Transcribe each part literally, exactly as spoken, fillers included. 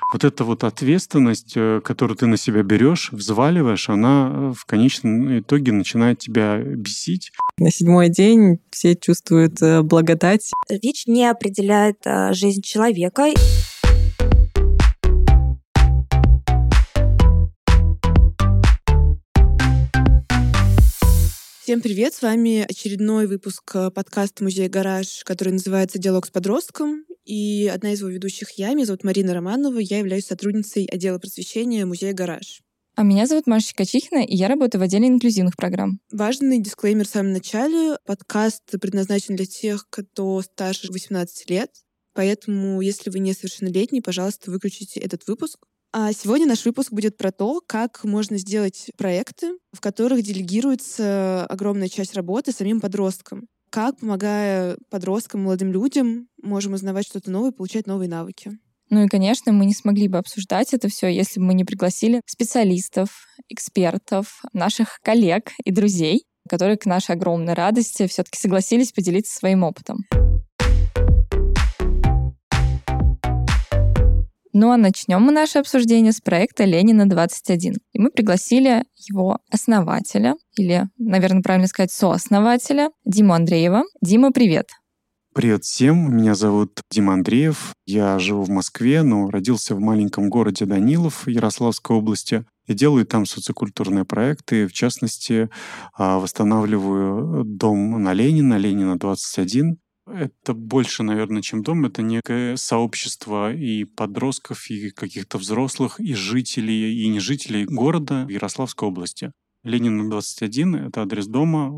Вот эта вот ответственность, э, которую ты на себя берешь, взваливаешь, она э, в конечном итоге начинает тебя бесить. На седьмой день все чувствуют э, благодать. ВИЧ не определяет а, жизнь человека. Всем привет! С вами очередной выпуск подкаста «Музей Гараж», который называется «Диалог с подростком». И одна из его ведущих я, меня зовут Марина Романова, я являюсь сотрудницей отдела просвещения «Музея Гараж». А меня зовут Маша Качихина, и я работаю в отделе инклюзивных программ. Важный дисклеймер в самом начале. Подкаст предназначен для тех, кто старше восемнадцати лет. Поэтому, если вы несовершеннолетний, пожалуйста, выключите этот выпуск. А сегодня наш выпуск будет про то, как можно сделать проекты, в которых делегируется огромная часть работы самим подросткам. Как, помогая подросткам, молодым людям, можем узнавать что-то новое и получать новые навыки. Ну и, конечно, мы не смогли бы обсуждать это все, если бы мы не пригласили специалистов, экспертов, наших коллег и друзей, которые, к нашей огромной радости, все-таки согласились поделиться своим опытом. Ну а начнем мы наше обсуждение с проекта «Ленина двадцать один». И мы пригласили его основателя, или, наверное, правильно сказать, сооснователя, Диму Андреева. Дима, привет! Привет всем, меня зовут Дима Андреев, я живу в Москве, но родился в маленьком городе Данилов Ярославской области и делаю там социокультурные проекты, в частности, восстанавливаю дом на Ленина, Ленина двадцать один. Это больше, наверное, чем дом, это некое сообщество и подростков, и каких-то взрослых, и жителей, и не жителей города в Ярославской области. Ленина двадцать один — это адрес дома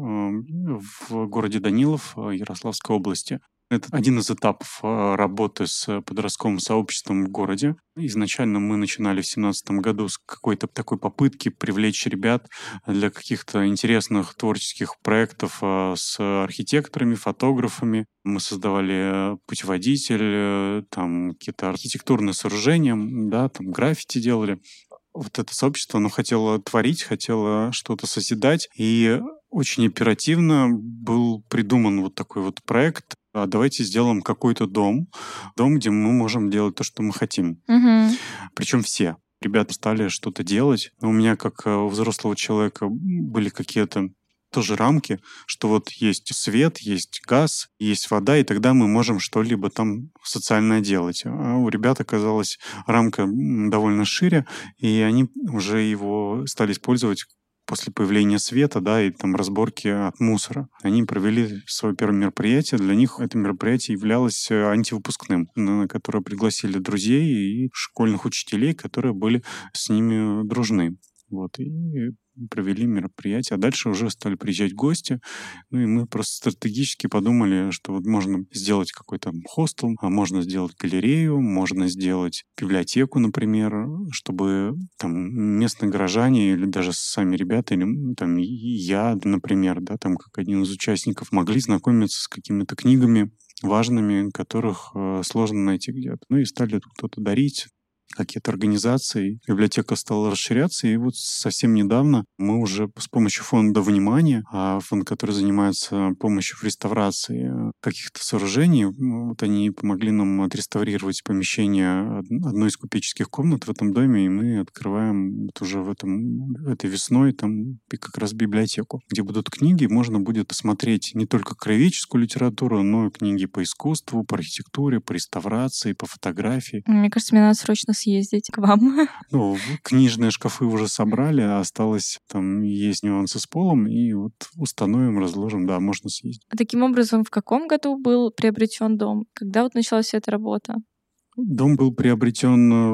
в городе Данилов Ярославской области. Это один из этапов работы с подростковым сообществом в городе. Изначально мы начинали в две тысячи семнадцатом году с какой-то такой попытки привлечь ребят для каких-то интересных творческих проектов с архитекторами, фотографами. Мы создавали путеводитель, там какие-то архитектурные сооружения, да, там граффити делали. Вот это сообщество, оно хотело творить, хотело что-то созидать, и очень оперативно был придуман вот такой вот проект. А давайте сделаем какой-то дом, дом, где мы можем делать то, что мы хотим. Угу. Причем все. Ребята стали что-то делать. Но у меня, как у взрослого человека, были какие-то тоже рамки, что вот есть свет, есть газ, есть вода, и тогда мы можем что-либо там социальное делать. А у ребят оказалась рамка довольно шире, и они уже его стали использовать после появления света, да, и там разборки от мусора. Они провели свое первое мероприятие. Для них это мероприятие являлось антивыпускным, на которое пригласили друзей и школьных учителей, которые были с ними дружны. Вот, и провели мероприятие, а дальше уже стали приезжать гости, ну и мы просто стратегически подумали, что вот можно сделать какой-то хостел, а можно сделать галерею, можно сделать библиотеку, например, чтобы там местные горожане или даже сами ребята, или там я, например, да, там как один из участников, могли знакомиться с какими-то книгами важными, которых э, сложно найти где-то. Ну и стали кто-то дарить какие-то организации. Библиотека стала расширяться, и вот совсем недавно мы уже с помощью фонда «Внимание», а фонд, который занимается помощью в реставрации каких-то сооружений, вот они помогли нам отреставрировать помещение одной из купеческих комнат в этом доме, и мы открываем вот уже в этом, этой весной там как раз библиотеку, где будут книги, можно будет посмотреть не только краеведческую литературу, но и книги по искусству, по архитектуре, по реставрации, по фотографии. Мне кажется, мне надо срочно съездить к вам. Ну, книжные шкафы уже собрали, а осталось там есть нюансы с полом, и вот установим, разложим, да, можно съездить. А таким образом, в каком году был приобретен дом? Когда вот началась вся эта работа? Дом был приобретен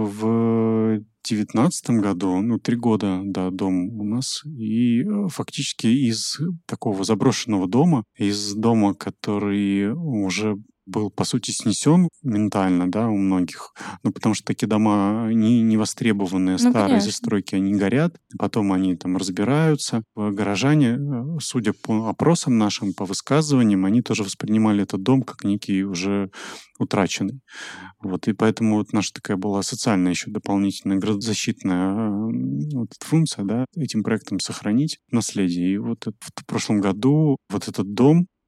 в девятнадцатом году, ну, три года, да, дом у нас. И фактически из такого заброшенного дома, из дома, который уже был, по сути, снесен ментально, да, у многих. Ну, потому что такие дома не, не востребованные, Ну, старые конечно. застройки, они горят, потом они там разбираются. Горожане, судя по опросам нашим, по высказываниям, они тоже воспринимали этот дом как некий уже утраченный. Вот, и поэтому вот наша такая была социальная еще дополнительная градозащитная вот эта функция, да, этим проектом сохранить наследие. И вот в прошлом году вот этот дом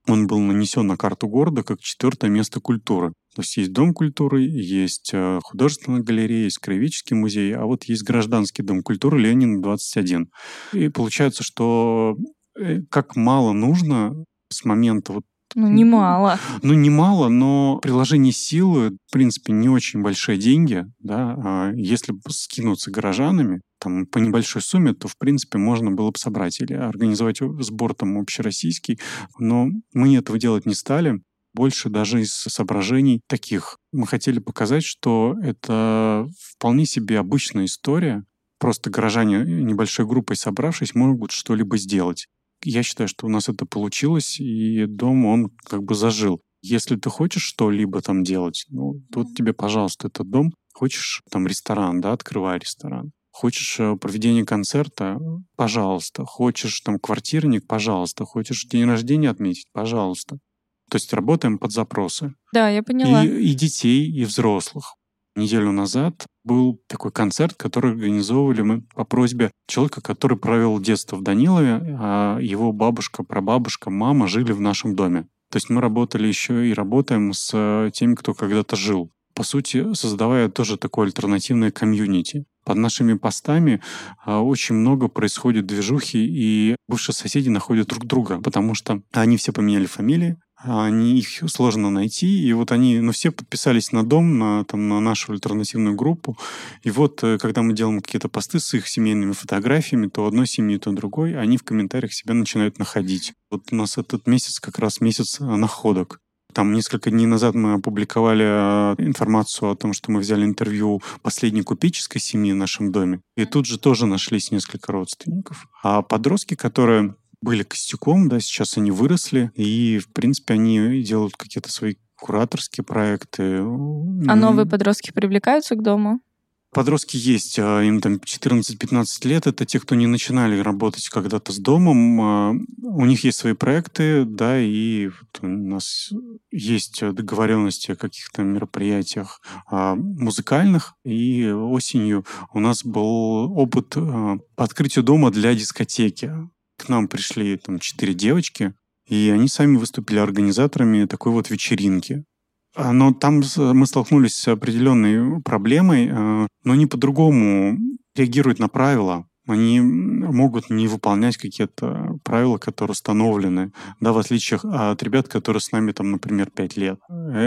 он был нанесен на карту города как четвертое место культуры. То есть есть Дом культуры, есть художественная галерея, есть Краеведческий музей, а вот есть Гражданский дом культуры Ленина двадцать один. И получается, что как мало нужно с момента вот Ну, немало. Ну, немало, но приложение силы, в принципе, не очень большие деньги, да. А если бы скинуться горожанами, там, по небольшой сумме, то, в принципе, можно было бы собрать или организовать сбор там общероссийский. Но мы этого делать не стали. Больше даже из соображений таких. Мы хотели показать, что это вполне себе обычная история. Просто горожане небольшой группой собравшись могут что-либо сделать. Я считаю, что у нас это получилось, и дом, он как бы зажил. Если ты хочешь что-либо там делать, ну, тут тебе, пожалуйста, этот дом. Хочешь там ресторан, да, открывай ресторан. Хочешь проведение концерта, пожалуйста. Хочешь там квартирник, пожалуйста. Хочешь день рождения отметить, пожалуйста. То есть работаем под запросы. Да, я поняла. И, и детей, и взрослых. Неделю назад был такой концерт, который организовывали мы по просьбе человека, который провел детство в Данилове, а его бабушка, прабабушка, мама жили в нашем доме. То есть мы работали еще и работаем с теми, кто когда-то жил. По сути, создавая тоже такое альтернативное комьюнити. Под нашими постами очень много происходит движухи, и бывшие соседи находят друг друга, потому что они все поменяли фамилии, они, их сложно найти, и вот они, ну, все подписались на дом, на, там, на нашу альтернативную группу, и вот, когда мы делаем какие-то посты с их семейными фотографиями, то одной семьи, то другой, они в комментариях себя начинают находить. Вот у нас этот месяц как раз месяц находок. Там несколько дней назад мы опубликовали информацию о том, что мы взяли интервью последней купеческой семьи в нашем доме, и тут же тоже нашлись несколько родственников. А подростки, которые были костяком, да, сейчас они выросли, и, в принципе, они делают какие-то свои кураторские проекты. А новые подростки привлекаются к дому? Подростки есть, им там четырнадцать-пятнадцать лет, это те, кто не начинали работать когда-то с домом, у них есть свои проекты, да, и вот у нас есть договоренности о каких-то мероприятиях музыкальных, и осенью у нас был опыт по открытию дома для дискотеки. К нам пришли там четыре девочки, и они сами выступили организаторами такой вот вечеринки. Но там мы столкнулись с определенной проблемой, но они по-другому реагируют на правила. Они могут не выполнять какие-то правила, которые установлены, да, в отличие от ребят, которые с нами, там, например, пять лет.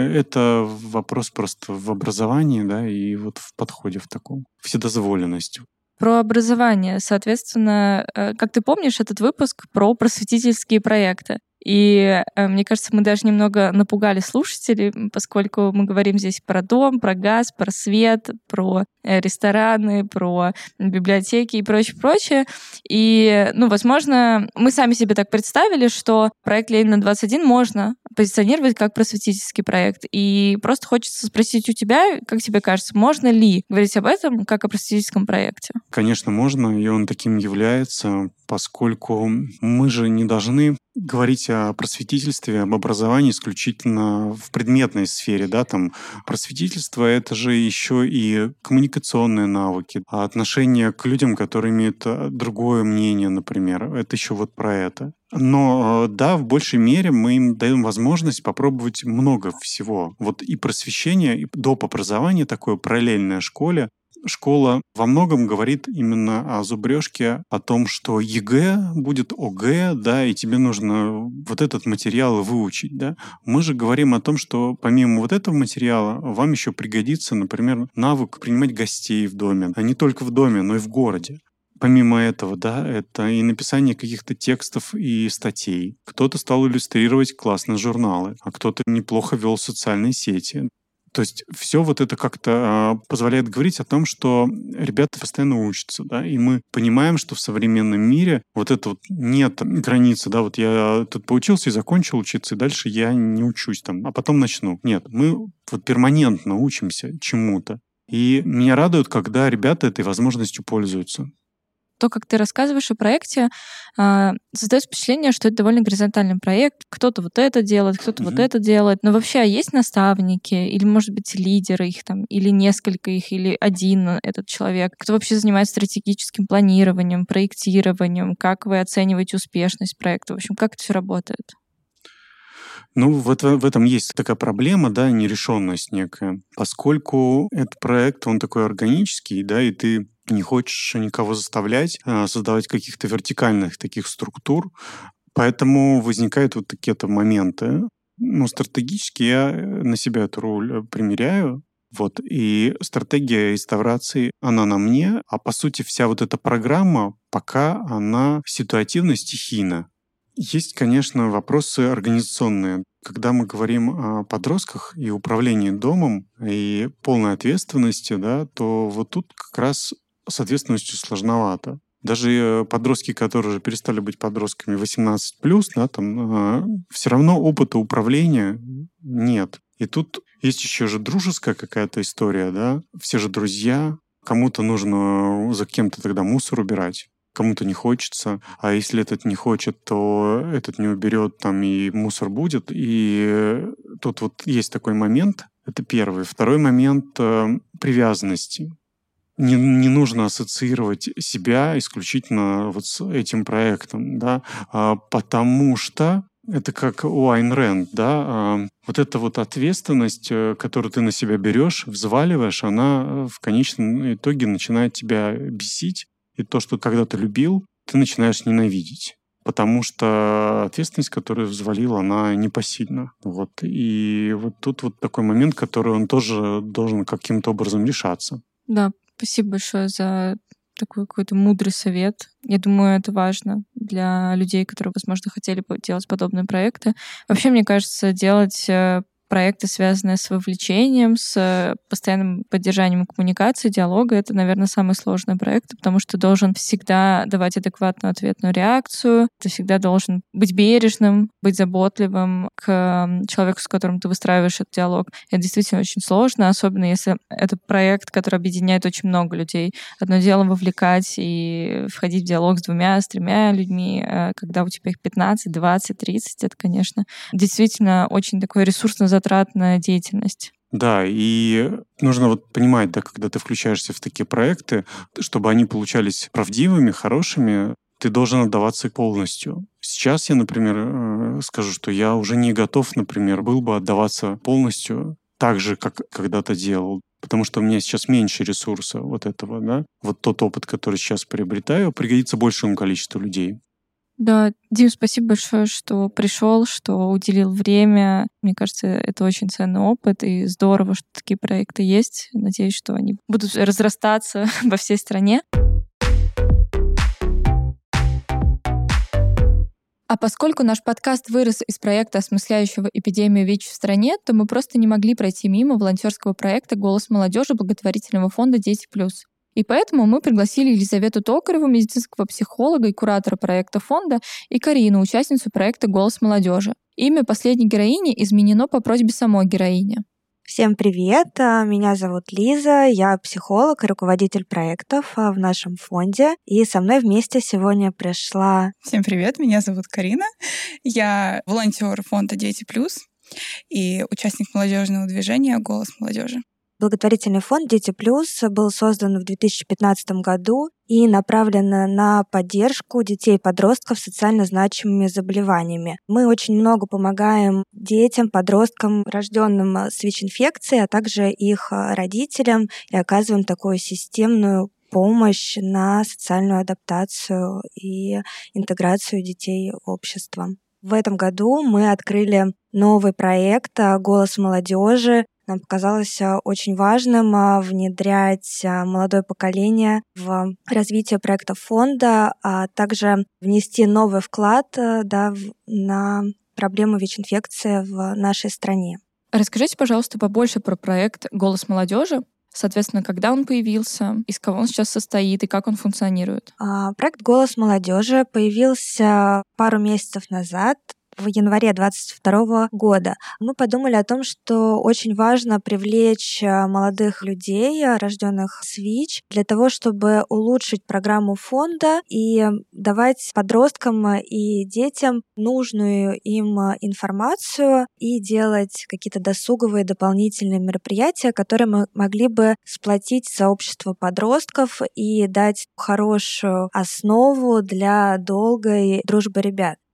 Это вопрос просто в образовании, да, и вот в подходе в таком, вседозволенности. Про образование. Соответственно, как ты помнишь, этот выпуск про просветительские проекты. И мне кажется, мы даже немного напугали слушателей, поскольку мы говорим здесь про дом, про газ, про свет, про рестораны, про библиотеки и прочее, прочее. И, ну, возможно, мы сами себе так представили, что проект Ленина двадцать один можно позиционировать как просветительский проект. И просто хочется спросить у тебя, как тебе кажется, можно ли говорить об этом как о просветительском проекте? Конечно, можно, и он таким является, поскольку мы же не должны говорить о просветительстве, об образовании исключительно в предметной сфере, да, там просветительство — это же еще и коммуникационные навыки, отношение к людям, которые имеют другое мнение, например, это еще вот про это. Но да, в большей мере мы им даем возможность попробовать много всего. Вот и просвещение, и доп. Образование такое параллельное школе. Школа во многом говорит именно о зубрежке, о том, что ЕГЭ будет ОГЭ, да, и тебе нужно вот этот материал выучить, да. Мы же говорим о том, что помимо вот этого материала вам еще пригодится, например, навык принимать гостей в доме, а не только в доме, но и в городе. Помимо этого, да, это и написание каких-то текстов и статей. Кто-то стал иллюстрировать классные журналы, а кто-то неплохо вел социальные сети. То есть все вот это как-то э, позволяет говорить о том, что ребята постоянно учатся, да, и мы понимаем, что в современном мире вот это вот нет границы, да, вот я тут поучился и закончил учиться, и дальше я не учусь там, а потом начну. Нет, мы вот перманентно учимся чему-то. И меня радует, когда ребята этой возможностью пользуются. То, как ты рассказываешь о проекте, создается впечатление, что это довольно горизонтальный проект. Кто-то вот это делает, кто-то mm-hmm. вот это делает. Но вообще, а есть наставники? Или, может быть, лидеры их там? Или несколько их? Или один этот человек? Кто вообще занимается стратегическим планированием, проектированием? Как вы оцениваете успешность проекта? В общем, как это все работает? Ну, в, это, в этом есть такая проблема, да, нерешенность некая. Поскольку этот проект, он такой органический, да, и ты не хочешь никого заставлять а, создавать каких-то вертикальных таких структур, поэтому возникают вот такие-то моменты. Ну, стратегически я на себя эту роль примеряю. Вот, и стратегия реставрации, она на мне, а по сути вся вот эта программа пока она ситуативно-стихийна. Есть, конечно, вопросы организационные. Когда мы говорим о подростках и управлении домом, и полной ответственности, да, то вот тут как раз с ответственностью сложновато. Даже подростки, которые уже перестали быть подростками восемнадцать плюс, да, там, э, все равно опыта управления нет. И тут есть еще же дружеская какая-то история, да. Все же друзья, кому-то нужно за кем-то тогда мусор убирать, кому-то не хочется. А если этот не хочет, то этот не уберет, там и мусор будет. И тут вот есть такой момент. Это первый. Второй момент э, привязанности. Не, не нужно ассоциировать себя исключительно вот с этим проектом, да, а, потому что это как у Айн Рэнд, да, а, вот эта вот ответственность, которую ты на себя берешь, взваливаешь, она в конечном итоге начинает тебя бесить, и то, что когда ты любил, ты начинаешь ненавидеть. Потому что ответственность, которую взвалил, она непосильна. Вот. И вот тут вот такой момент, который он тоже должен каким-то образом решаться. Да, спасибо большое за такой какой-то мудрый совет. Я думаю, это важно для людей, которые, возможно, хотели бы делать подобные проекты. Вообще, мне кажется, делать проекты, связанные с вовлечением, с постоянным поддержанием коммуникации, диалога, это, наверное, самые сложные проекты, потому что ты должен всегда давать адекватную ответную реакцию, ты всегда должен быть бережным, быть заботливым к человеку, с которым ты выстраиваешь этот диалог. Это действительно очень сложно, особенно если это проект, который объединяет очень много людей. Одно дело вовлекать и входить в диалог с двумя, с тремя людьми, когда у тебя их пятнадцать, двадцать, тридцать, это, конечно, действительно очень такой ресурсно затратная деятельность. Да, и нужно вот понимать, да, когда ты включаешься в такие проекты, чтобы они получались правдивыми, хорошими, ты должен отдаваться полностью. Сейчас я, например, скажу, что я уже не готов, например, был бы отдаваться полностью так же, как когда-то делал. Потому что у меня сейчас меньше ресурса вот этого, да. Вот тот опыт, который сейчас приобретаю, пригодится большему количеству людей. Да, Дим, спасибо большое, что пришел, что уделил время. Мне кажется, это очень ценный опыт, и здорово, что такие проекты есть. Надеюсь, что они будут разрастаться во всей стране. А поскольку наш подкаст вырос из проекта, осмысляющего эпидемию ВИЧ в стране, то мы просто не могли пройти мимо волонтерского проекта «Голос молодежи» благотворительного фонда «Дети плюс». И поэтому мы пригласили Елизавету Токареву, медицинского психолога и куратора проекта фонда, и Карину, участницу проекта «Голос молодежи». Имя последней героини изменено по просьбе самой героини. Всем привет, меня зовут Лиза, я психолог и руководитель проектов в нашем фонде, и со мной вместе сегодня пришла... Всем привет, меня зовут Карина, я волонтер фонда «Дети плюс» и участник молодежного движения «Голос молодежи». Благотворительный фонд «Дети плюс» был создан в две тысячи пятнадцатом году и направлен на поддержку детей и подростков с социально значимыми заболеваниями. Мы очень много помогаем детям, подросткам, рожденным с ВИЧ-инфекцией, а также их родителям, и оказываем такую системную помощь на социальную адаптацию и интеграцию детей в общество. В этом году мы открыли новый проект «Голос молодежи». Нам показалось очень важным внедрять молодое поколение в развитие проекта фонда, а также внести новый вклад, да, на проблему ВИЧ-инфекции в нашей стране. Расскажите, пожалуйста, побольше про проект «Голос молодежи». Соответственно, когда он появился, из кого он сейчас состоит и как он функционирует? Проект «Голос молодежи» появился пару месяцев назад, в январе двадцать второго года. Мы подумали о том, что очень важно привлечь молодых людей, рожденных с ВИЧ, для того, чтобы улучшить программу фонда и давать подросткам и детям нужную им информацию и делать какие-то досуговые дополнительные мероприятия, которые мы могли бы сплотить сообщество подростков и дать хорошую основу для долгой дружбы ребят.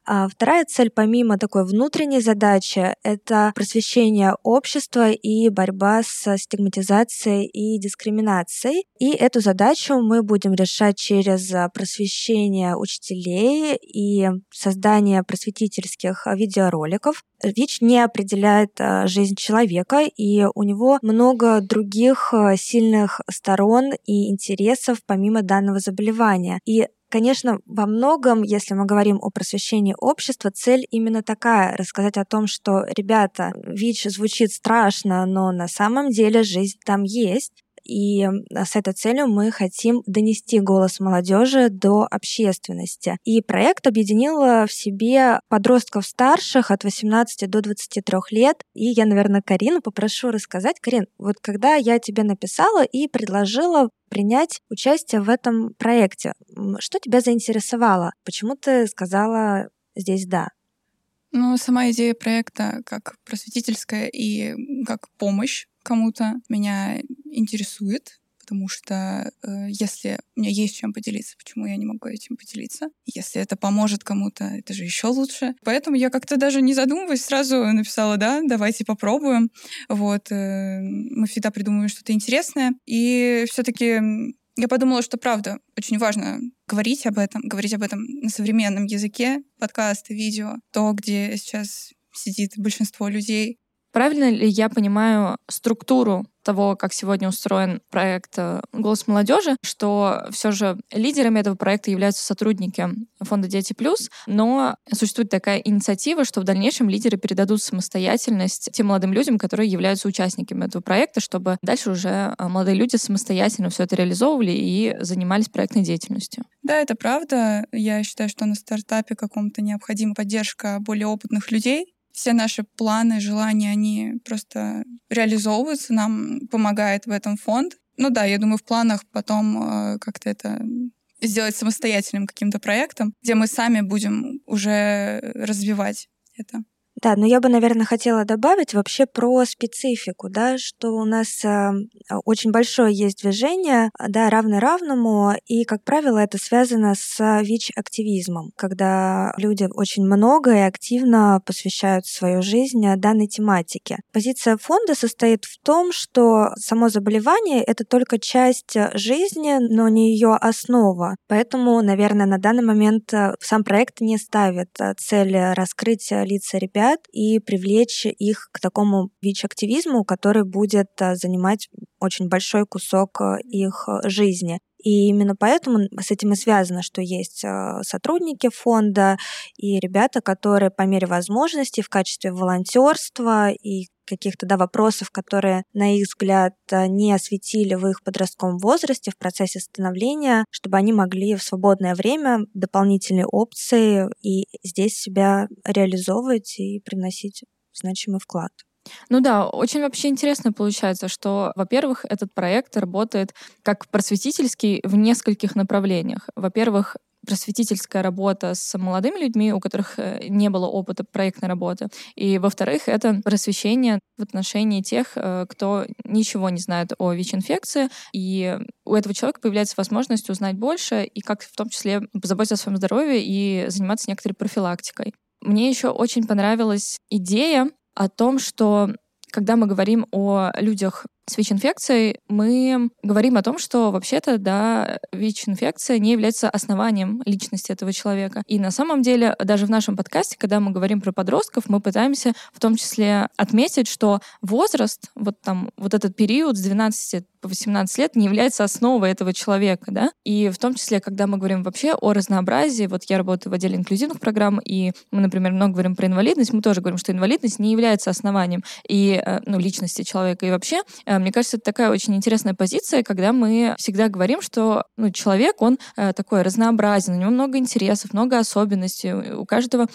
А вторая цель, помимо такой внутренней задачи, это просвещение общества и борьба с стигматизацией и дискриминацией. И эту задачу мы будем решать через просвещение учителей и создание просветительских видеороликов. ВИЧ не определяет жизнь человека, и у него много других сильных сторон и интересов помимо данного заболевания. И конечно, во многом, если мы говорим о просвещении общества, цель именно такая — рассказать о том, что, ребята, ВИЧ звучит страшно, но на самом деле жизнь там есть. И с этой целью мы хотим донести голос молодежи до общественности. И проект объединил в себе подростков старших от восемнадцати до двадцати трёх лет. И я, наверное, Карину попрошу рассказать. Карин, вот когда я тебе написала и предложила принять участие в этом проекте, что тебя заинтересовало? Почему ты сказала здесь «да»? Ну, сама идея проекта как просветительская и как помощь кому-то меня интересует, потому что э, если у меня есть чем поделиться, почему я не могу этим поделиться? Если это поможет кому-то, это же еще лучше. Поэтому я как-то даже не задумываясь сразу написала «да, давайте попробуем». Вот. Э, мы всегда придумываем что-то интересное. И все-таки я подумала, что правда очень важно говорить об этом, говорить об этом на современном языке, подкасты, видео, то, где сейчас сидит большинство людей. Правильно ли я понимаю структуру того, как сегодня устроен проект «Голос молодежи», что все же лидерами этого проекта являются сотрудники фонда «Дети плюс», но существует такая инициатива, что в дальнейшем лидеры передадут самостоятельность тем молодым людям, которые являются участниками этого проекта, чтобы дальше уже молодые люди самостоятельно все это реализовывали и занимались проектной деятельностью. Да, это правда. Я считаю, что на стартапе каком-то необходима поддержка более опытных людей. Все наши планы, желания, они просто реализовываются, нам помогает в этом фонд. Ну да, я думаю, в планах потом э, как-то это сделать самостоятельным каким-то проектом, где мы сами будем уже развивать это. Да, но я бы, наверное, хотела добавить вообще про специфику, да, что у нас э, очень большое есть движение, да, равное равному, и, как правило, это связано с ВИЧ-активизмом, когда люди очень много и активно посвящают свою жизнь данной тематике. Позиция фонда состоит в том, что само заболевание — это только часть жизни, но не ее основа. Поэтому, наверное, на данный момент сам проект не ставит цель раскрыть лица ребят и привлечь их к такому ВИЧ-активизму, который будет занимать очень большой кусок их жизни. И именно поэтому с этим и связано, что есть сотрудники фонда и ребята, которые по мере возможности в качестве волонтерства и каких-то да, вопросов, которые, на их взгляд, не осветили в их подростковом возрасте, в процессе становления, чтобы они могли в свободное время дополнительные опции и здесь себя реализовывать и приносить значимый вклад. Ну да, очень вообще интересно получается, что, во-первых, этот проект работает как просветительский в нескольких направлениях. Во-первых, просветительская работа с молодыми людьми, у которых не было опыта проектной работы. И, во-вторых, это просвещение в отношении тех, кто ничего не знает о ВИЧ-инфекции, и у этого человека появляется возможность узнать больше и как в том числе позаботиться о своем здоровье и заниматься некоторой профилактикой. Мне еще очень понравилась идея о том, что когда мы говорим о людях с ВИЧ-инфекцией, мы говорим о том, что вообще-то, да, ВИЧ-инфекция не является основанием личности этого человека. И на самом деле, даже в нашем подкасте, когда мы говорим про подростков, мы пытаемся в том числе отметить, что возраст, вот там, вот этот период с двенадцати по восемнадцать лет не является основой этого человека, да, и в том числе, когда мы говорим вообще о разнообразии, вот я работаю в отделе инклюзивных программ, и мы, например, много говорим про инвалидность, мы тоже говорим, что инвалидность не является основанием и, ну, личности человека, и вообще, мне кажется, это такая очень интересная позиция, когда мы всегда говорим, что, ну, человек, он такой разнообразен, у него много интересов, много особенностей, у каждого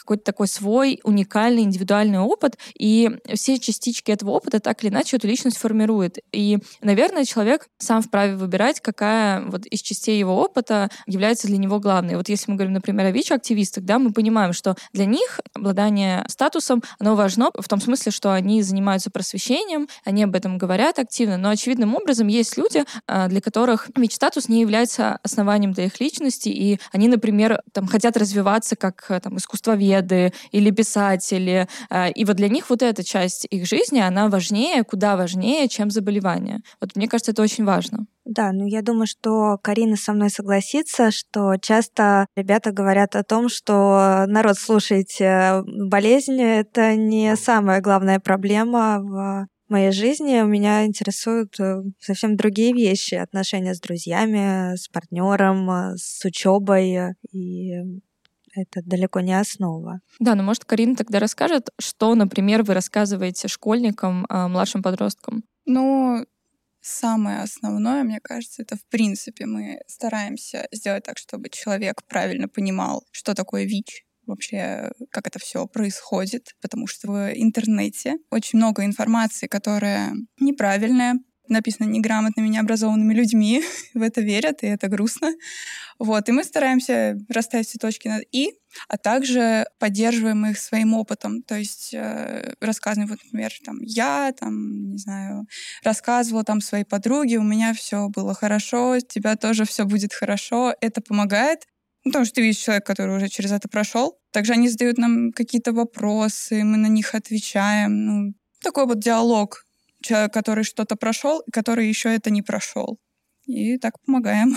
какой-то такой свой уникальный, индивидуальный опыт, и все частички этого опыта так или иначе эту личность формируют. И, наверное, человек сам вправе выбирать, какая вот из частей его опыта является для него главной. Вот если мы говорим, например, о ВИЧ-активистах, да, мы понимаем, что для них обладание статусом, оно важно в том смысле, что они занимаются просвещением, они об этом говорят активно, но очевидным образом есть люди, для которых ВИЧ-статус не является основанием для их личности, и они, например, там, хотят развиваться как там, искусствоведы или писатели, и вот для них вот эта часть их жизни, она важнее, куда важнее, чем заболевание. Вот мне кажется, это очень важно. Да, ну я думаю, что Карина со мной согласится, что часто ребята говорят о том, что народ, слушайте, болезнь — это не самая главная проблема в моей жизни. Меня интересуют совсем другие вещи: отношения с друзьями, с партнером, с учебой, и это далеко не основа. Да, но может Карина тогда расскажет, что, например, вы рассказываете школьникам, младшим подросткам? Ну, самое основное, мне кажется, это в принципе мы стараемся сделать так, чтобы человек правильно понимал, что такое ВИЧ, вообще, как это все происходит, потому что в интернете очень много информации, которая неправильная, написано неграмотными, необразованными людьми, в это верят, и это грустно. Вот, и мы стараемся расставить все точки над «и», а также поддерживаем их своим опытом. То есть э, рассказываем, вот, например, там, я, там, не знаю, рассказывала там своей подруге, у меня все было хорошо, у тебя тоже все будет хорошо. Это помогает. Ну, потому что ты видишь человека, который уже через это прошел. Также они задают нам какие-то вопросы, мы на них отвечаем. Ну, такой вот диалог. Человек, который что-то прошел, и который еще это не прошел. И так помогаем.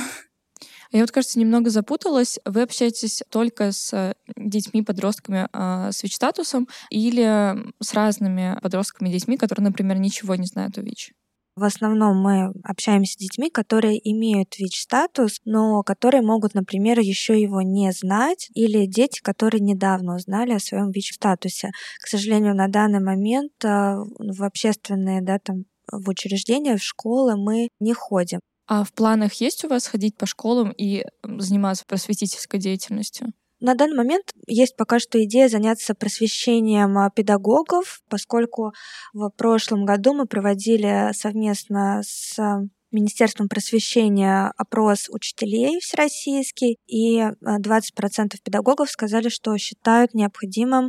Я вот, кажется, немного запуталась. Вы общаетесь только с детьми, подростками э, с ВИЧ-статусом или с разными подростками и детьми, которые, например, ничего не знают о ВИЧ? В основном мы общаемся с детьми, которые имеют ВИЧ-статус, но которые могут, например, еще его не знать, или дети, которые недавно узнали о своем ВИЧ-статусе. К сожалению, на данный момент в общественные, да, там, в учреждения, в школы мы не ходим. А в планах есть у вас ходить по школам и заниматься просветительской деятельностью? На данный момент есть пока что идея заняться просвещением педагогов, поскольку в прошлом году мы проводили совместно с Министерством просвещения опрос учителей всероссийский, и двадцать процентов педагогов сказали, что считают необходимым,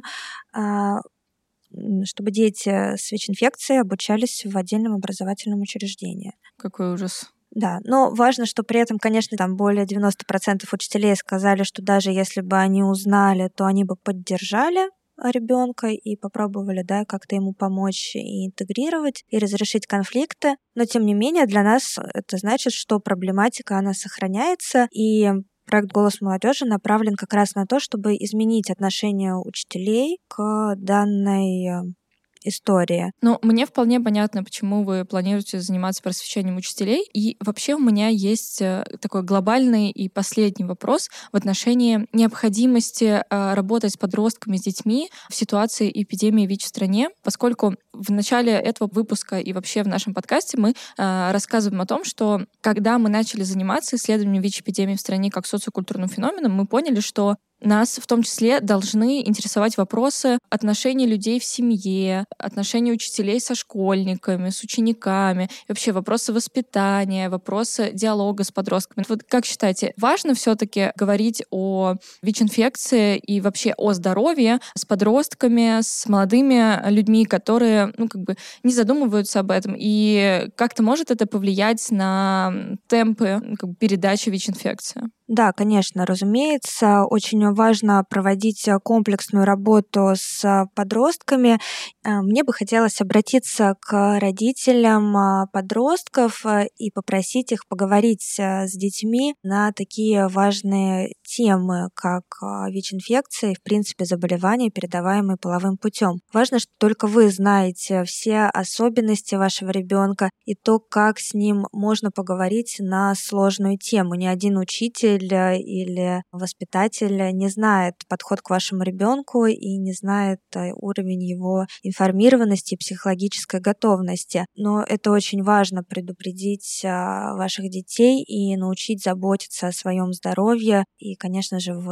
чтобы дети с ВИЧ-инфекцией обучались в отдельном образовательном учреждении. Какой ужас. Да, но важно, что при этом, конечно, там более девяносто процентов учителей сказали, что даже если бы они узнали, то они бы поддержали ребенка и попробовали, да, как-то ему помочь и интегрировать, и разрешить конфликты. Но, тем не менее, для нас это значит, что проблематика, она сохраняется, и проект «Голос молодежи» направлен как раз на то, чтобы изменить отношение учителей к данной истории. Ну, мне вполне понятно, почему вы планируете заниматься просвещением учителей. И вообще у меня есть такой глобальный и последний вопрос в отношении необходимости работать с подростками, с детьми в ситуации эпидемии ВИЧ в стране, поскольку в начале этого выпуска и вообще в нашем подкасте мы рассказываем о том, что когда мы начали заниматься исследованием ВИЧ-эпидемии в стране как социокультурным феноменом, мы поняли, что нас в том числе должны интересовать вопросы отношений людей в семье, отношений учителей со школьниками, с учениками, и вообще вопросы воспитания, вопросы диалога с подростками. Вот как считаете, важно все-таки говорить о ВИЧ-инфекции и вообще о здоровье с подростками, с молодыми людьми, которые, ну, как бы не задумываются об этом, и как-то может это повлиять на темпы, как бы, передачи ВИЧ-инфекции? Да, конечно, разумеется, очень важно проводить комплексную работу с подростками. Мне бы хотелось обратиться к родителям подростков и попросить их поговорить с детьми на такие важные темы, как ВИЧ-инфекция и, в принципе, заболевания, передаваемые половым путем. Важно, что только вы знаете все особенности вашего ребенка и то, как с ним можно поговорить на сложную тему. Ни один учитель или воспитатель не знает подход к вашему ребенку и не знает уровень его информированности и психологической готовности. Но это очень важно — предупредить ваших детей и научить заботиться о своем здоровье. И, конечно же, вы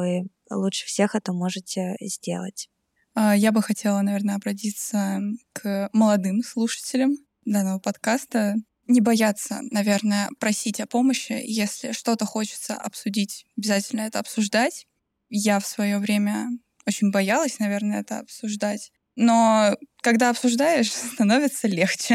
лучше всех это можете сделать. Я бы хотела, наверное, обратиться к молодым слушателям данного подкаста. Не бояться, наверное, просить о помощи. Если что-то хочется обсудить, обязательно это обсуждать. Я в свое время очень боялась, наверное, это обсуждать. Но когда обсуждаешь, становится легче.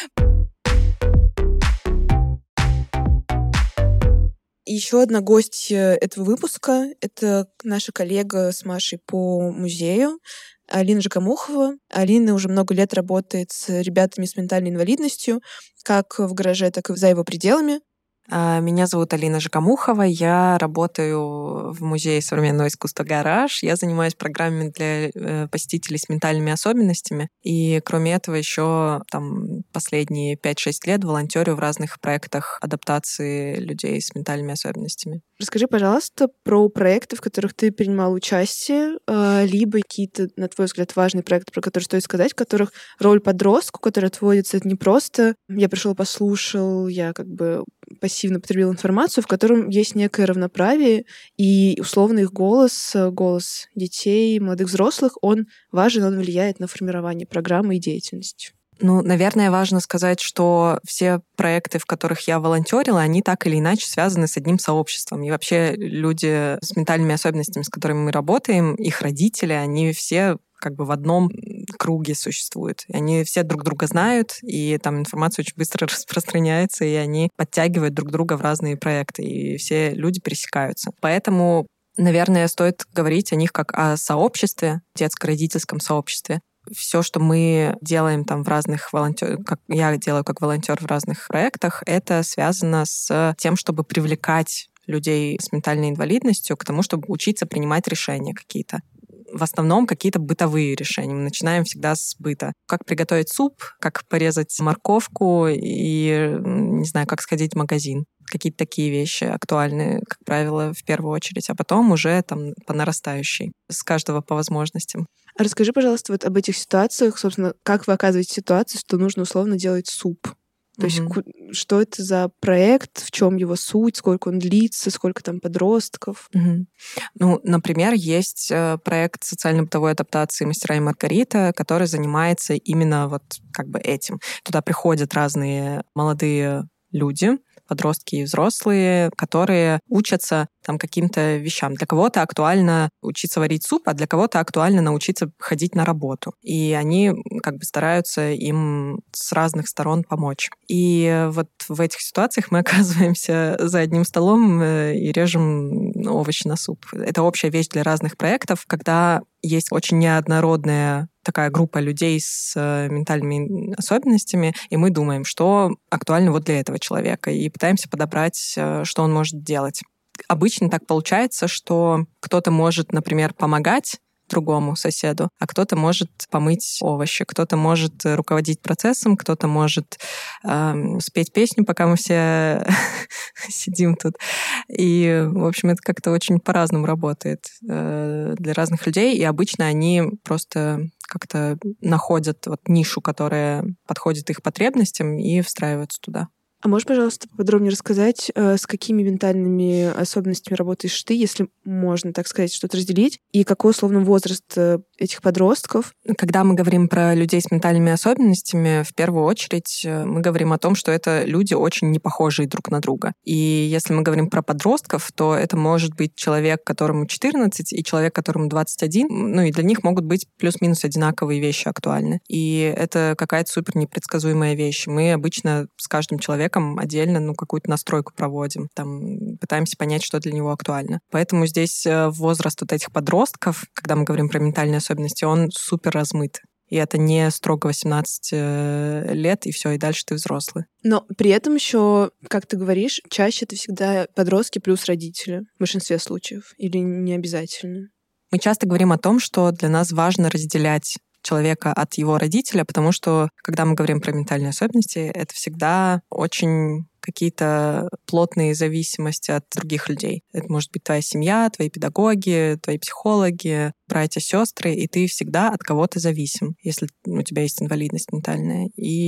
Еще одна гостья этого выпуска — это наша коллега с Машей по музею, Алина Жакомухова. Алина уже много лет работает с ребятами с ментальной инвалидностью, как в гараже, так и за его пределами. Меня зовут Алина Жакомухова, я работаю в Музее современного искусства «Гараж». Я занимаюсь программами для посетителей с ментальными особенностями. И кроме этого еще там, последние пять-шесть лет волонтерю в разных проектах адаптации людей с ментальными особенностями. Расскажи, пожалуйста, про проекты, в которых ты принимала участие, либо какие-то, на твой взгляд, важные проекты, про которые стоит сказать, в которых роль подростку, который отводится, это не просто «я пришел, послушал, я как бы пассивно потребил информацию», в котором есть некое равноправие, и условно их голос, голос детей, молодых взрослых, он важен, он влияет на формирование программы и деятельности. Ну, наверное, важно сказать, что все проекты, в которых я волонтерила, они так или иначе связаны с одним сообществом. И вообще люди с ментальными особенностями, с которыми мы работаем, их родители, они все как бы в одном круге существуют. И они все друг друга знают, и там информация очень быстро распространяется, и они подтягивают друг друга в разные проекты, и все люди пересекаются. Поэтому, наверное, стоит говорить о них как о сообществе, детско-родительском сообществе. Все, что мы делаем там в разных волонтер, как я делаю как волонтер в разных проектах, это связано с тем, чтобы привлекать людей с ментальной инвалидностью к тому, чтобы учиться принимать решения какие-то. В основном какие-то бытовые решения. Мы начинаем всегда с быта. Как приготовить суп, как порезать морковку и, не знаю, как сходить в магазин. Какие-то такие вещи актуальны, как правило, в первую очередь, а потом уже там по нарастающей, с каждого по возможностям. А расскажи, пожалуйста, вот об этих ситуациях, собственно, как вы оказываете ситуацию, что нужно условно делать суп? То mm-hmm. есть что это за проект, в чем его суть, сколько он длится, сколько там подростков? Mm-hmm. Ну, например, есть проект социально-бытовой адаптации «Мастера и Маргарита», который занимается именно вот как бы этим. Туда приходят разные молодые люди, подростки и взрослые, которые учатся там каким-то вещам. Для кого-то актуально учиться варить суп, а для кого-то актуально научиться ходить на работу. И они как бы стараются им с разных сторон помочь. И вот в этих ситуациях мы оказываемся за одним столом и режем овощи на суп. Это общая вещь для разных проектов, когда есть очень неоднородная такая группа людей с ментальными особенностями, и мы думаем, что актуально вот для этого человека, и пытаемся подобрать, что он может делать. Обычно так получается, что кто-то может, например, помогать другому соседу, а кто-то может помыть овощи, кто-то может руководить процессом, кто-то может э, спеть песню, пока мы все сидим тут. И, в общем, это как-то очень по-разному работает э, для разных людей, и обычно они просто как-то находят вот нишу, которая подходит их потребностям, и встраиваются туда. А можешь, пожалуйста, подробнее рассказать, с какими ментальными особенностями работаешь ты, если можно, так сказать, что-то разделить, и какой, условно, возраст этих подростков? Когда мы говорим про людей с ментальными особенностями, в первую очередь мы говорим о том, что это люди очень не похожие друг на друга. И если мы говорим про подростков, то это может быть человек, которому четырнадцать, и человек, которому двадцать один, ну и для них могут быть плюс-минус одинаковые вещи актуальны. И это какая-то супер непредсказуемая вещь. Мы обычно с каждым человеком отдельно ну, какую-то настройку проводим, там, пытаемся понять, что для него актуально. Поэтому здесь возраст вот этих подростков, когда мы говорим про ментальные особенности, он супер размыт. И это не строго восемнадцать лет, и все, и дальше ты взрослый. Но при этом еще, как ты говоришь, чаще это всегда подростки плюс родители в большинстве случаев, или не обязательно? Мы часто говорим о том, что для нас важно разделять человека от его родителя, потому что, когда мы говорим про ментальные особенности, это всегда очень какие-то плотные зависимости от других людей. Это может быть твоя семья, твои педагоги, твои психологи, братья, сестры, и ты всегда от кого-то зависим, если у тебя есть инвалидность ментальная. И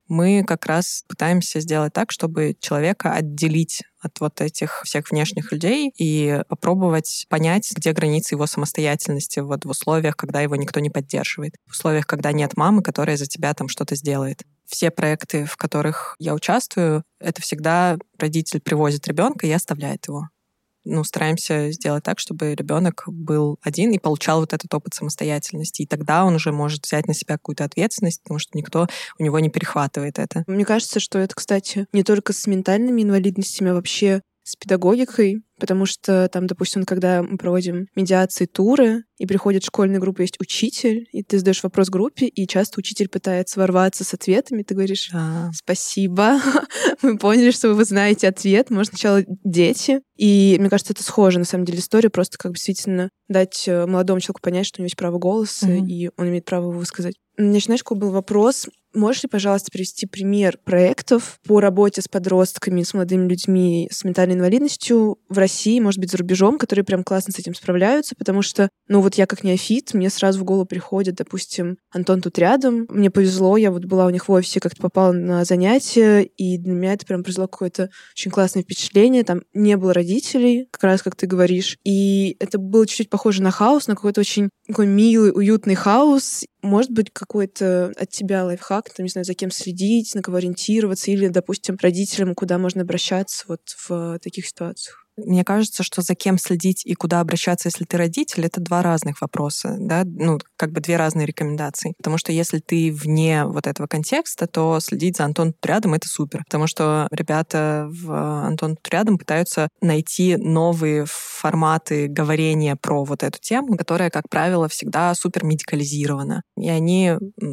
Мы как раз пытаемся сделать так, чтобы человека отделить от вот этих всех внешних людей и попробовать понять, где границы его самостоятельности вот в условиях, когда его никто не поддерживает, в условиях, когда нет мамы, которая за тебя там что-то сделает. Все проекты, в которых я участвую, это всегда родитель привозит ребенка и оставляет его. Ну, стараемся сделать так, чтобы ребенок был один и получал вот этот опыт самостоятельности. И тогда он уже может взять на себя какую-то ответственность, потому что никто у него не перехватывает это. Мне кажется, что это, кстати, не только с ментальными инвалидностями, а вообще с педагогикой, потому что там, допустим, когда мы проводим медиации, туры, и приходит школьная группа, есть учитель, и ты задаешь вопрос группе, и часто учитель пытается ворваться с ответами, ты говоришь: Да. «Спасибо, мы поняли, что вы знаете ответ, может, сначала дети». И мне кажется, это схоже, на самом деле, история, просто как бы действительно дать молодому человеку понять, что у него есть право голоса, mm-hmm. и он имеет право его высказать. У меня еще, знаешь, какой был вопрос? Можешь ли, пожалуйста, привести пример проектов по работе с подростками, с молодыми людьми с ментальной инвалидностью в России, может быть, за рубежом, которые прям классно с этим справляются? Потому что, ну вот я как неофит, мне сразу в голову приходит, допустим, Антон тут рядом. Мне повезло, я вот была у них в офисе, как-то попала на занятия, и для меня это прям произвело какое-то очень классное впечатление. Там не было родителей, как раз как ты говоришь, и это было чуть-чуть похоже на хаос, на какой-то очень такой милый, уютный хаос. Может быть, какой-то от тебя лайфхак, там, не знаю, за кем следить, на кого ориентироваться, или, допустим, родителям, куда можно обращаться вот в таких ситуациях? Мне кажется, что за кем следить и куда обращаться, если ты родитель, это два разных вопроса, да, ну, как бы две разные рекомендации. Потому что если ты вне вот этого контекста, то следить за Антон тут рядом — это супер. Потому что ребята в Антон тут рядом пытаются найти новые форматы говорения про вот эту тему, которая, как правило, всегда супер медикализирована. И они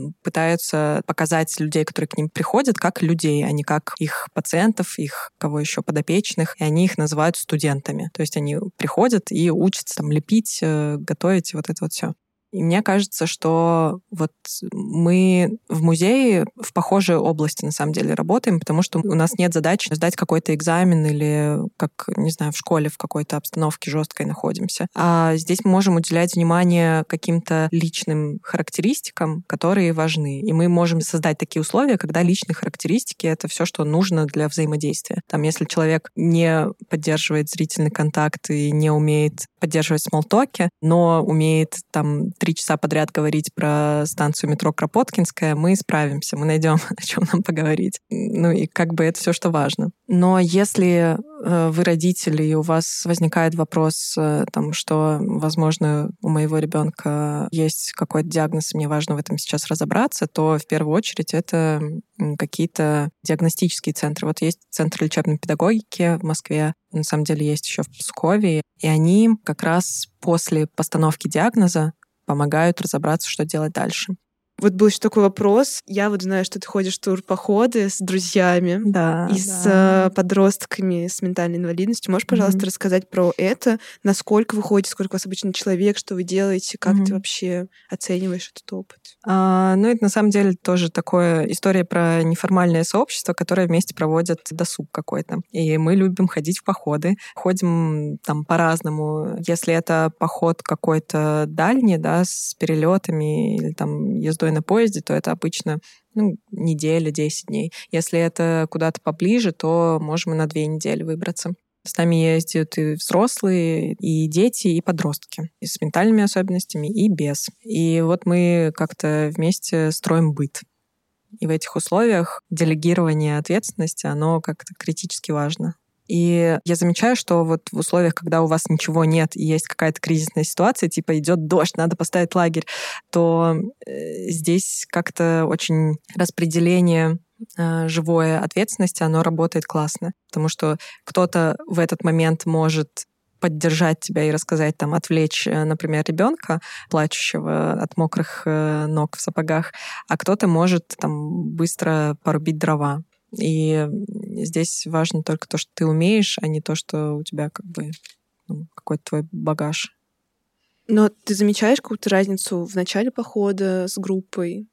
пытаются показать людей, которые к ним приходят, как людей, а не как их пациентов, их кого еще подопечных, и они их называют студентами. То есть они приходят и учатся там лепить, готовить, вот это вот все. И мне кажется, что вот мы в музее в похожей области на самом деле работаем, потому что у нас нет задачи сдать какой-то экзамен или, как, не знаю, в школе в какой-то обстановке жесткой находимся. А здесь мы можем уделять внимание каким-то личным характеристикам, которые важны. И мы можем создать такие условия, когда личные характеристики — это все, что нужно для взаимодействия. Там, если человек не поддерживает зрительный контакт и не умеет поддерживать смолтоки, но умеет там три часа подряд говорить про станцию метро Кропоткинская, мы справимся, мы найдем, о чем нам поговорить. Ну и как бы это все, что важно. Но если э, вы родители, и у вас возникает вопрос, э, там, что, возможно, у моего ребенка есть какой-то диагноз, и мне важно в этом сейчас разобраться, то в первую очередь это какие-то диагностические центры. Вот есть Центр лечебной педагогики в Москве, на самом деле есть еще в Пскове, и они как раз после постановки диагноза помогают разобраться, что делать дальше. Вот был еще такой вопрос. Я вот знаю, что ты ходишь в тур-походы с друзьями да, и да. с подростками с ментальной инвалидностью. Можешь, пожалуйста, mm-hmm. рассказать про это? Насколько вы ходите, сколько у вас обычно человек, что вы делаете, как mm-hmm. ты вообще оцениваешь этот опыт? А, ну, это на самом деле тоже такая история про неформальное сообщество, которое вместе проводит досуг какой-то. И мы любим ходить в походы. Ходим там по-разному. Если это поход какой-то дальний, да, с перелетами или там ездой на поезде, то это обычно ну, неделя, десять дней. Если это куда-то поближе, то можем и на две недели выбраться. С нами ездят и взрослые, и дети, и подростки. И с ментальными особенностями, и без. И вот мы как-то вместе строим быт. И в этих условиях делегирование ответственности, оно как-то критически важно. И я замечаю, что вот в условиях, когда у вас ничего нет и есть какая-то кризисная ситуация, типа идет дождь, надо поставить лагерь, то здесь как-то очень распределение живой ответственности, оно работает классно. Потому что кто-то в этот момент может поддержать тебя и рассказать, там, отвлечь, например, ребенка, плачущего от мокрых ног в сапогах, а кто-то может там быстро порубить дрова. И здесь важно только то, что ты умеешь, а не то, что у тебя как бы ну, какой-то твой багаж. Но ты замечаешь какую-то разницу в начале похода с группой?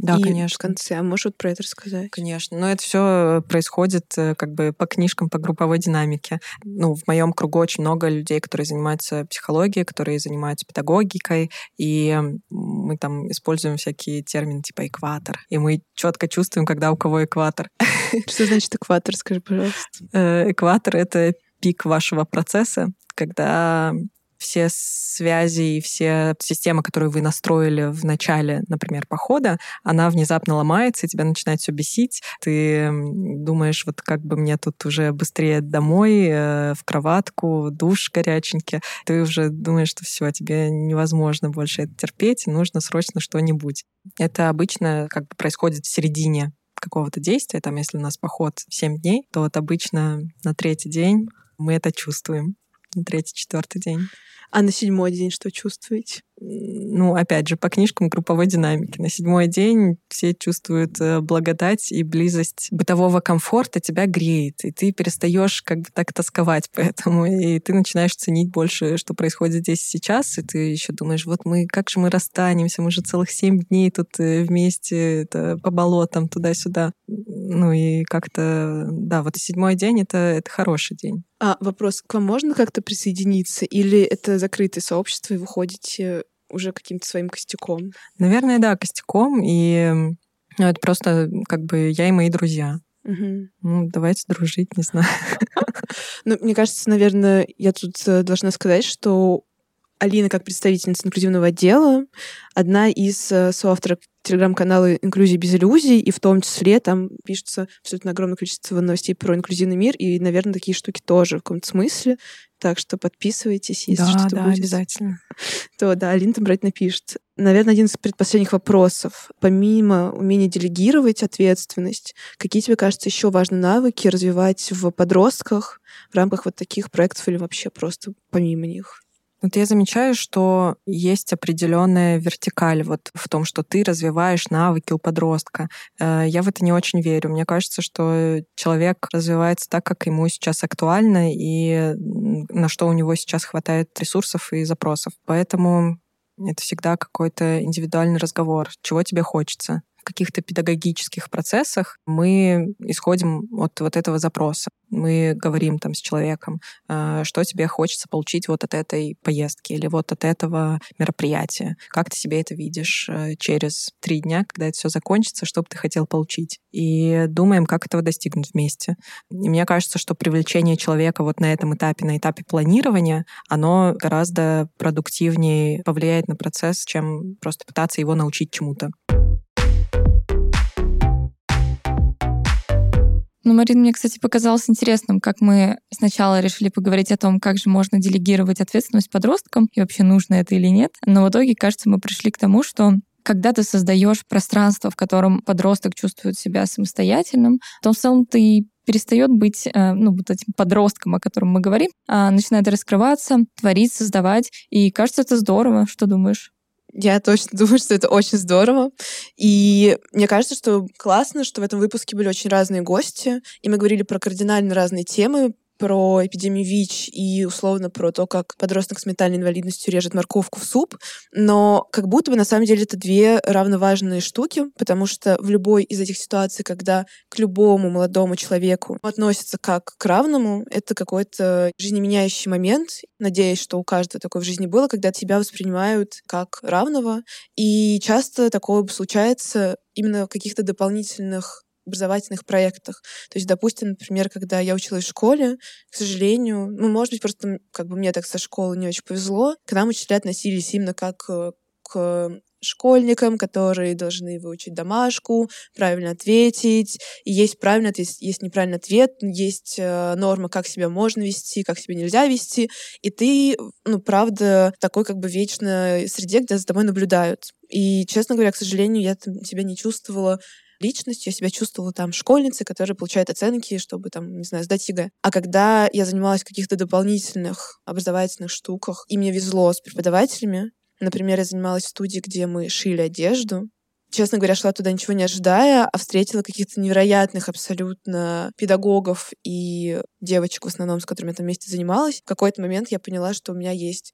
Да, и конечно. в конце. А можешь вот про это рассказать? Конечно. Но это все происходит как бы по книжкам, по групповой динамике. Ну, в моем кругу очень много людей, которые занимаются психологией, которые занимаются педагогикой, и мы там используем всякие термины типа экватор. И мы четко чувствуем, когда у кого экватор. Что значит экватор? Скажи, пожалуйста. Экватор — это пик вашего процесса, когда все связи и все системы, которые вы настроили в начале, например, похода, она внезапно ломается, и тебя начинает все бесить. Ты думаешь, вот как бы мне тут уже быстрее домой, э, в кроватку, в душ горяченький. Ты уже думаешь, что все, тебе невозможно больше это терпеть, и нужно срочно что-нибудь. Это обычно как бы происходит в середине какого-то действия. Там, если у нас поход семь дней, то вот обычно на третий день мы это чувствуем. На третий, четвертый день. А на седьмой день что чувствуете? Ну, опять же, по книжкам групповой динамики. На седьмой день все чувствуют благодать и близость бытового комфорта тебя греет, и ты перестаешь как бы так тосковать поэтому, и ты начинаешь ценить больше, что происходит здесь и сейчас, и ты еще думаешь, вот мы, как же мы расстанемся, мы же целых семь дней тут вместе это, по болотам туда-сюда. Ну и как-то, да, вот седьмой день — это, это хороший день. А вопрос, к вам можно как-то присоединиться, или это закрытое сообщество, и вы ходите уже каким-то своим костяком? Наверное, да, костяком, и ну, это просто как бы я и мои друзья. Угу. Ну, давайте дружить, не знаю. Ну, мне кажется, наверное, я тут должна сказать, что Алина, как представительница инклюзивного отдела, одна из соавторов телеграм-канала «Инклюзия без иллюзий», и в том числе там пишется абсолютно огромное количество новостей про инклюзивный мир, и, наверное, такие штуки тоже в каком-то смысле. Так что подписывайтесь, если да, что-то да, будет. Обязательно. То, да, Алина там обязательно пишет. Наверное, один из предпоследних вопросов. Помимо умения делегировать ответственность, какие тебе кажется еще важные навыки развивать в подростках в рамках вот таких проектов или вообще просто помимо них? Вот я замечаю, что есть определенная вертикаль вот в том, что ты развиваешь навыки у подростка. Я в это не очень верю. Мне кажется, что человек развивается так, как ему сейчас актуально, и на что у него сейчас хватает ресурсов и запросов. Поэтому это всегда какой-то индивидуальный разговор. Чего тебе хочется? В каких-то педагогических процессах мы исходим от вот этого запроса. Мы говорим там с человеком, что тебе хочется получить вот от этой поездки или вот от этого мероприятия. Как ты себе это видишь через три дня, когда это все закончится, что бы ты хотел получить. И думаем, как этого достигнуть вместе. И мне кажется, что привлечение человека вот на этом этапе, на этапе планирования, оно гораздо продуктивнее повлияет на процесс, чем просто пытаться его научить чему-то. Ну, Марин, мне, кстати, показалось интересным, как мы сначала решили поговорить о том, как же можно делегировать ответственность подросткам, и вообще нужно это или нет. Но в итоге, кажется, мы пришли к тому, что когда ты создаешь пространство, в котором подросток чувствует себя самостоятельным, то в целом ты перестает быть ну, вот этим подростком, о котором мы говорим, а начинает раскрываться, творить, создавать. И кажется, это здорово. Что думаешь? Я точно думаю, что это очень здорово. И мне кажется, что классно, что в этом выпуске были очень разные гости, и мы говорили про кардинально разные темы, про эпидемию ВИЧ и, условно, про то, как подросток с ментальной инвалидностью режет морковку в суп. Но как будто бы, на самом деле, это две равноважные штуки, потому что в любой из этих ситуаций, когда к любому молодому человеку относятся как к равному, это какой-то жизнеменяющий момент. Надеюсь, что у каждого такое в жизни было, когда тебя воспринимают как равного. И часто такое случается именно в каких-то дополнительных образовательных проектах. То есть, допустим, например, когда я училась в школе, к сожалению, ну, может быть, просто как бы мне так со школы не очень повезло, к нам учителя относились именно как к школьникам, которые должны выучить домашку, правильно ответить. И есть правильный ответ, есть неправильный ответ, есть норма, как себя можно вести, как себя нельзя вести. И ты, ну, правда, в такой как бы вечной среде, где за тобой наблюдают. И, честно говоря, к сожалению, я там себя не чувствовала личностью, я себя чувствовала там школьницей, которая получает оценки, чтобы там, не знаю, сдать ЕГЭ. А когда я занималась в каких-то дополнительных образовательных штуках, и мне везло с преподавателями, например, я занималась в студии, где мы шили одежду, честно говоря, шла туда ничего не ожидая, а встретила каких-то невероятных абсолютно педагогов и девочек в основном, с которыми я там вместе занималась. В какой-то момент я поняла, что у меня есть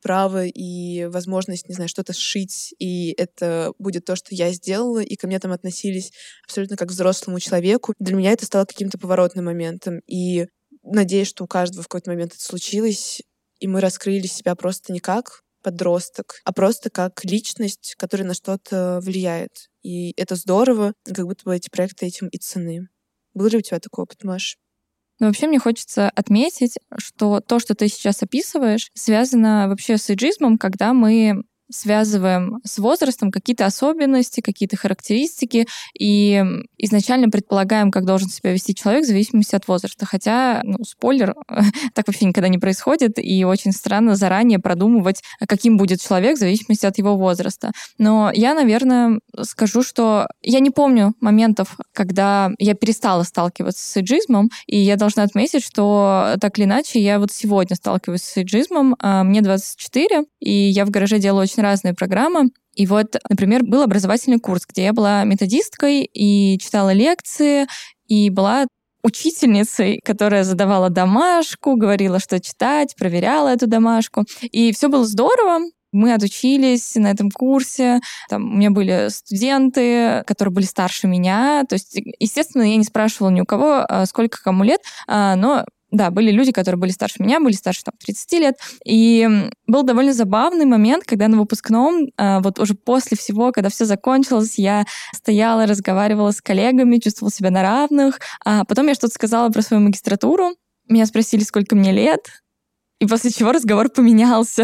право и возможность, не знаю, что-то сшить, и это будет то, что я сделала, и ко мне там относились абсолютно как к взрослому человеку. Для меня это стало каким-то поворотным моментом, и надеюсь, что у каждого в какой-то момент это случилось, и мы раскрыли себя просто не как подросток, а просто как личность, которая на что-то влияет. И это здорово, как будто бы эти проекты этим и ценны. Был ли у тебя такой опыт, Маш? Но вообще мне хочется отметить, что то, что ты сейчас описываешь, связано вообще с эйджизмом, когда мы связываем с возрастом какие-то особенности, какие-то характеристики, и изначально предполагаем, как должен себя вести человек в зависимости от возраста. Хотя, ну, спойлер, так вообще никогда не происходит, и очень странно заранее продумывать, каким будет человек в зависимости от его возраста. Но я, наверное, скажу, что я не помню моментов, когда я перестала сталкиваться с эйджизмом, и я должна отметить, что так или иначе я вот сегодня сталкиваюсь с эйджизмом, мне двадцать четыре, и я в гараже делаю очень разные программы. И вот, например, был образовательный курс, где я была методисткой и читала лекции, и была учительницей, которая задавала домашку, говорила, что читать, проверяла эту домашку. И все было здорово. Мы отучились на этом курсе. Там у меня были студенты, которые были старше меня. То есть, естественно, я не спрашивала ни у кого, сколько кому лет, но да, были люди, которые были старше меня, были старше там, тридцать лет. И был довольно забавный момент, когда на выпускном, вот уже после всего, когда все закончилось, я стояла, разговаривала с коллегами, чувствовала себя на равных. А потом я что-то сказала про свою магистратуру. Меня спросили, сколько мне лет. И после чего разговор поменялся.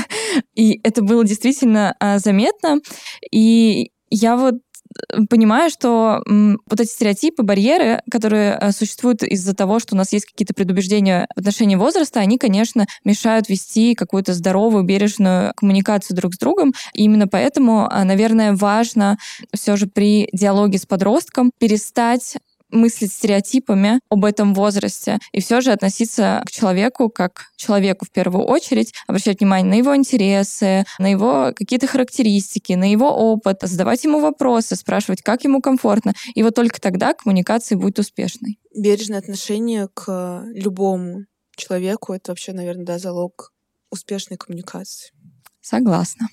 И это было действительно заметно. И я вот понимаю, что м, вот эти стереотипы, барьеры, которые а, существуют из-за того, что у нас есть какие-то предубеждения в отношении возраста, они, конечно, мешают вести какую-то здоровую, бережную коммуникацию друг с другом. И именно поэтому, а, наверное, важно все же при диалоге с подростком перестать мыслить стереотипами об этом возрасте и все же относиться к человеку как к человеку в первую очередь, обращать внимание на его интересы, на его какие-то характеристики, на его опыт, задавать ему вопросы, спрашивать, как ему комфортно. И вот только тогда коммуникация будет успешной. Бережное отношение к любому человеку — это вообще, наверное, да, залог успешной коммуникации. Согласна.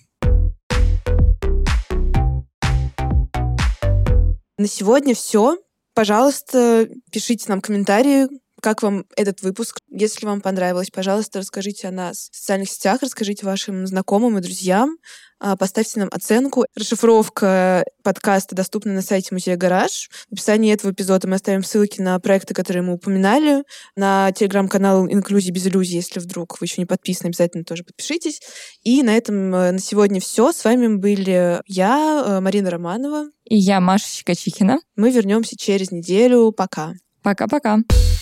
На сегодня все. Пожалуйста, пишите нам комментарии, как вам этот выпуск. Если вам понравилось, пожалуйста, расскажите о нас в социальных сетях, расскажите вашим знакомым и друзьям, поставьте нам оценку. Расшифровка подкаста доступна на сайте Музея Гараж. В описании этого эпизода мы оставим ссылки на проекты, которые мы упоминали, на телеграм-канал «Инклюзия без иллюзий». Если вдруг вы еще не подписаны, обязательно тоже подпишитесь. И на этом на сегодня все. С вами были я, Марина Романова. И я, Маша Щекочихина. Мы вернемся через неделю. Пока. Пока-пока.